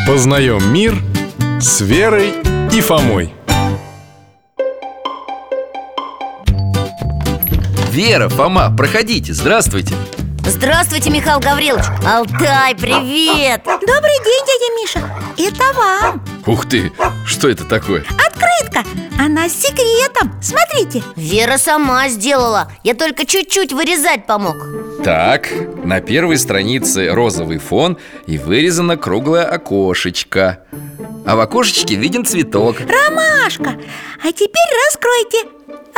Познаем мир с Верой и Фомой. Вера, Фома, проходите, здравствуйте. Здравствуйте, Михаил Гаврилович. Алтай, привет. Добрый день, дядя Миша. Это вам. Ух ты, что это такое? Открытка. Она с секретом. Смотрите. Вера сама сделала. Я только чуть-чуть вырезать помог. Так, на первой странице розовый фон и вырезано круглое окошечко. А в окошечке виден цветок. Ромашка. А теперь раскройте.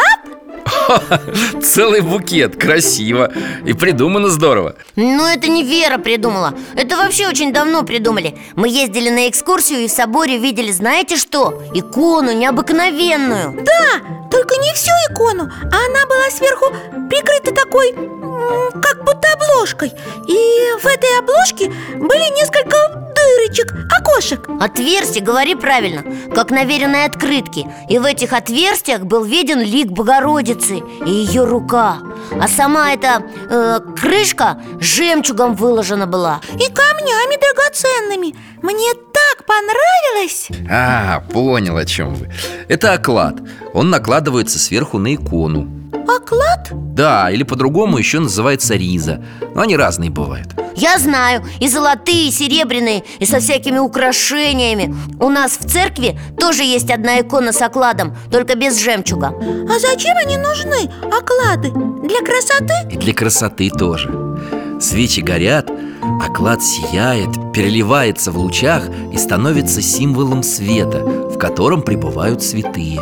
Целый букет, красиво. И придумано здорово. Но это не Вера придумала. Это вообще очень давно придумали. Мы ездили на экскурсию и в соборе видели, знаете что? Икону необыкновенную. Да, только не всю икону. А она была сверху прикрыта такой, как будто обложкой. И в этой обложке были несколько дырочек, окошек. Отверстия, говори правильно, как на Вериной открытке. И в этих отверстиях был виден лик Богородицы и ее рука. А сама эта крышка жемчугом выложена была. И камнями драгоценными. Мне так понравилось. Понял, о чем вы. Это оклад. Он накладывается сверху на икону. Оклад? Да, или по-другому еще называется риза. Но они разные бывают. Я знаю, и золотые, и серебряные, и со всякими украшениями. У нас в церкви тоже есть одна икона с окладом, только без жемчуга. А зачем они нужны, оклады? Для красоты? И для красоты тоже. Свечи горят, оклад сияет, переливается в лучах и становится символом света, в котором пребывают святые.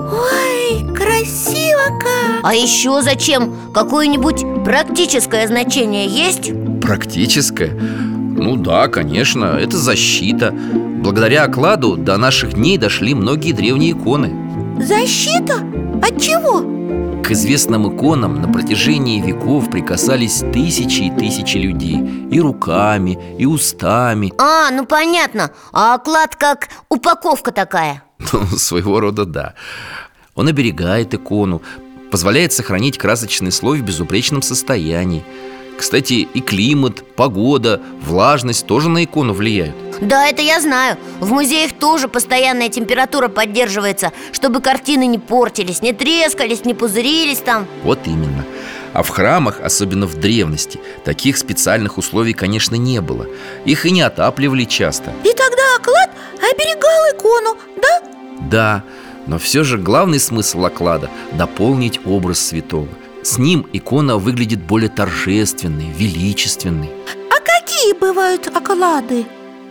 Ой, красиво как! А еще зачем? Какое-нибудь практическое значение есть? Практическое? Ну да, конечно, это защита. Благодаря окладу до наших дней дошли многие древние иконы. Защита? От чего? К известным иконам на протяжении веков прикасались тысячи и тысячи людей. И руками, и устами. Ну понятно. А оклад как упаковка такая? Ну, своего рода да. Он оберегает икону, позволяет сохранить красочный слой в безупречном состоянии. Кстати, и климат, погода, влажность тоже на икону влияют. Да, это я знаю. В музеях тоже постоянная температура поддерживается, чтобы картины не портились, не трескались, не пузырились там. Вот именно. А в храмах, особенно в древности, таких специальных условий, конечно, не было. Их и не отапливали часто. И тогда оклад оберегал икону, да? Да, но все же главный смысл оклада – дополнить образ святого. С ним икона выглядит более торжественной, величественной. А какие бывают оклады?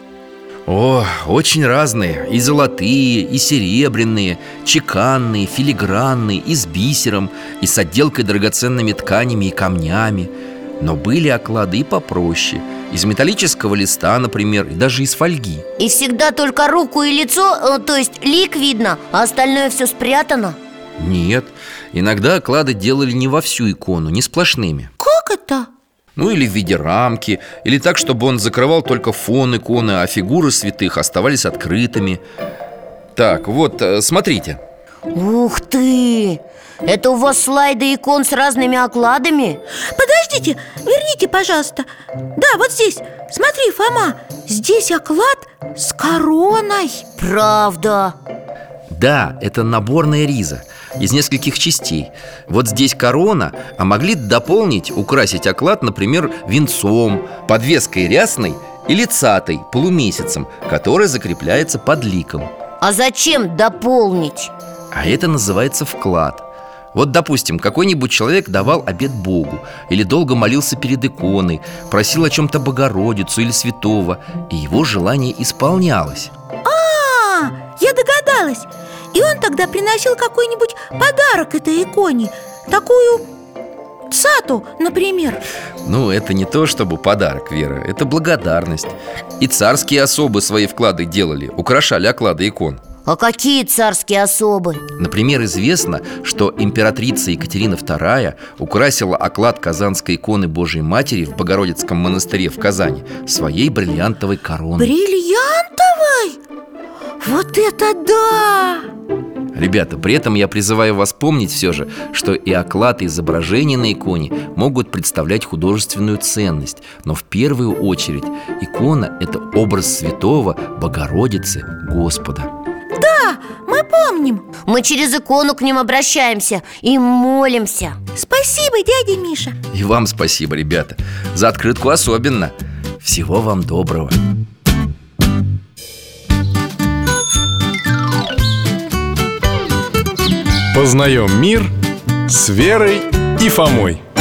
Очень разные. И золотые, и серебряные, чеканные, филигранные, и с бисером, и с отделкой драгоценными тканями и камнями. Но были оклады и попроще. Из металлического листа, например, и даже из фольги. И всегда только руку и лицо, то есть лик видно, а остальное все спрятано? Нет, иногда оклады делали не во всю икону, не сплошными. Как это? Ну или в виде рамки, или так, чтобы он закрывал только фон иконы, а фигуры святых оставались открытыми. Так, вот, смотрите. Ух ты! Это у вас слайды икон с разными окладами? Подождите, верните, пожалуйста. Да, вот здесь, смотри, Фома, здесь оклад с короной. Правда? Да, это наборная риза из нескольких частей. Вот здесь корона, а могли дополнить, украсить оклад, например, венцом, подвеской рясной или цатой, полумесяцем, который закрепляется под ликом. А зачем дополнить? А это называется вклад. Вот, допустим, какой-нибудь человек давал обет Богу или долго молился перед иконой, просил о чем-то Богородицу или святого, и его желание исполнялось. Я догадалась. И он тогда приносил какой-нибудь подарок этой иконе. Такую цату, например. Ну, это не то чтобы подарок, Вера, это благодарность. И царские особы свои вклады делали, украшали оклады икон. А какие царские особы? Например, известно, что императрица Екатерина II украсила оклад казанской иконы Божией Матери в Богородицком монастыре в Казани своей бриллиантовой короной. Бриллиантовой? Вот это да! Ребята, при этом я призываю вас помнить все же, что и оклад, и изображения на иконе могут представлять художественную ценность. Но в первую очередь икона – это образ святого Богородицы Господа. Да, мы помним. Мы через икону к ним обращаемся и молимся. Спасибо, дядя Миша. И вам спасибо, ребята. За открытку особенно. Всего вам доброго. Познаем мир с Верой и Фомой.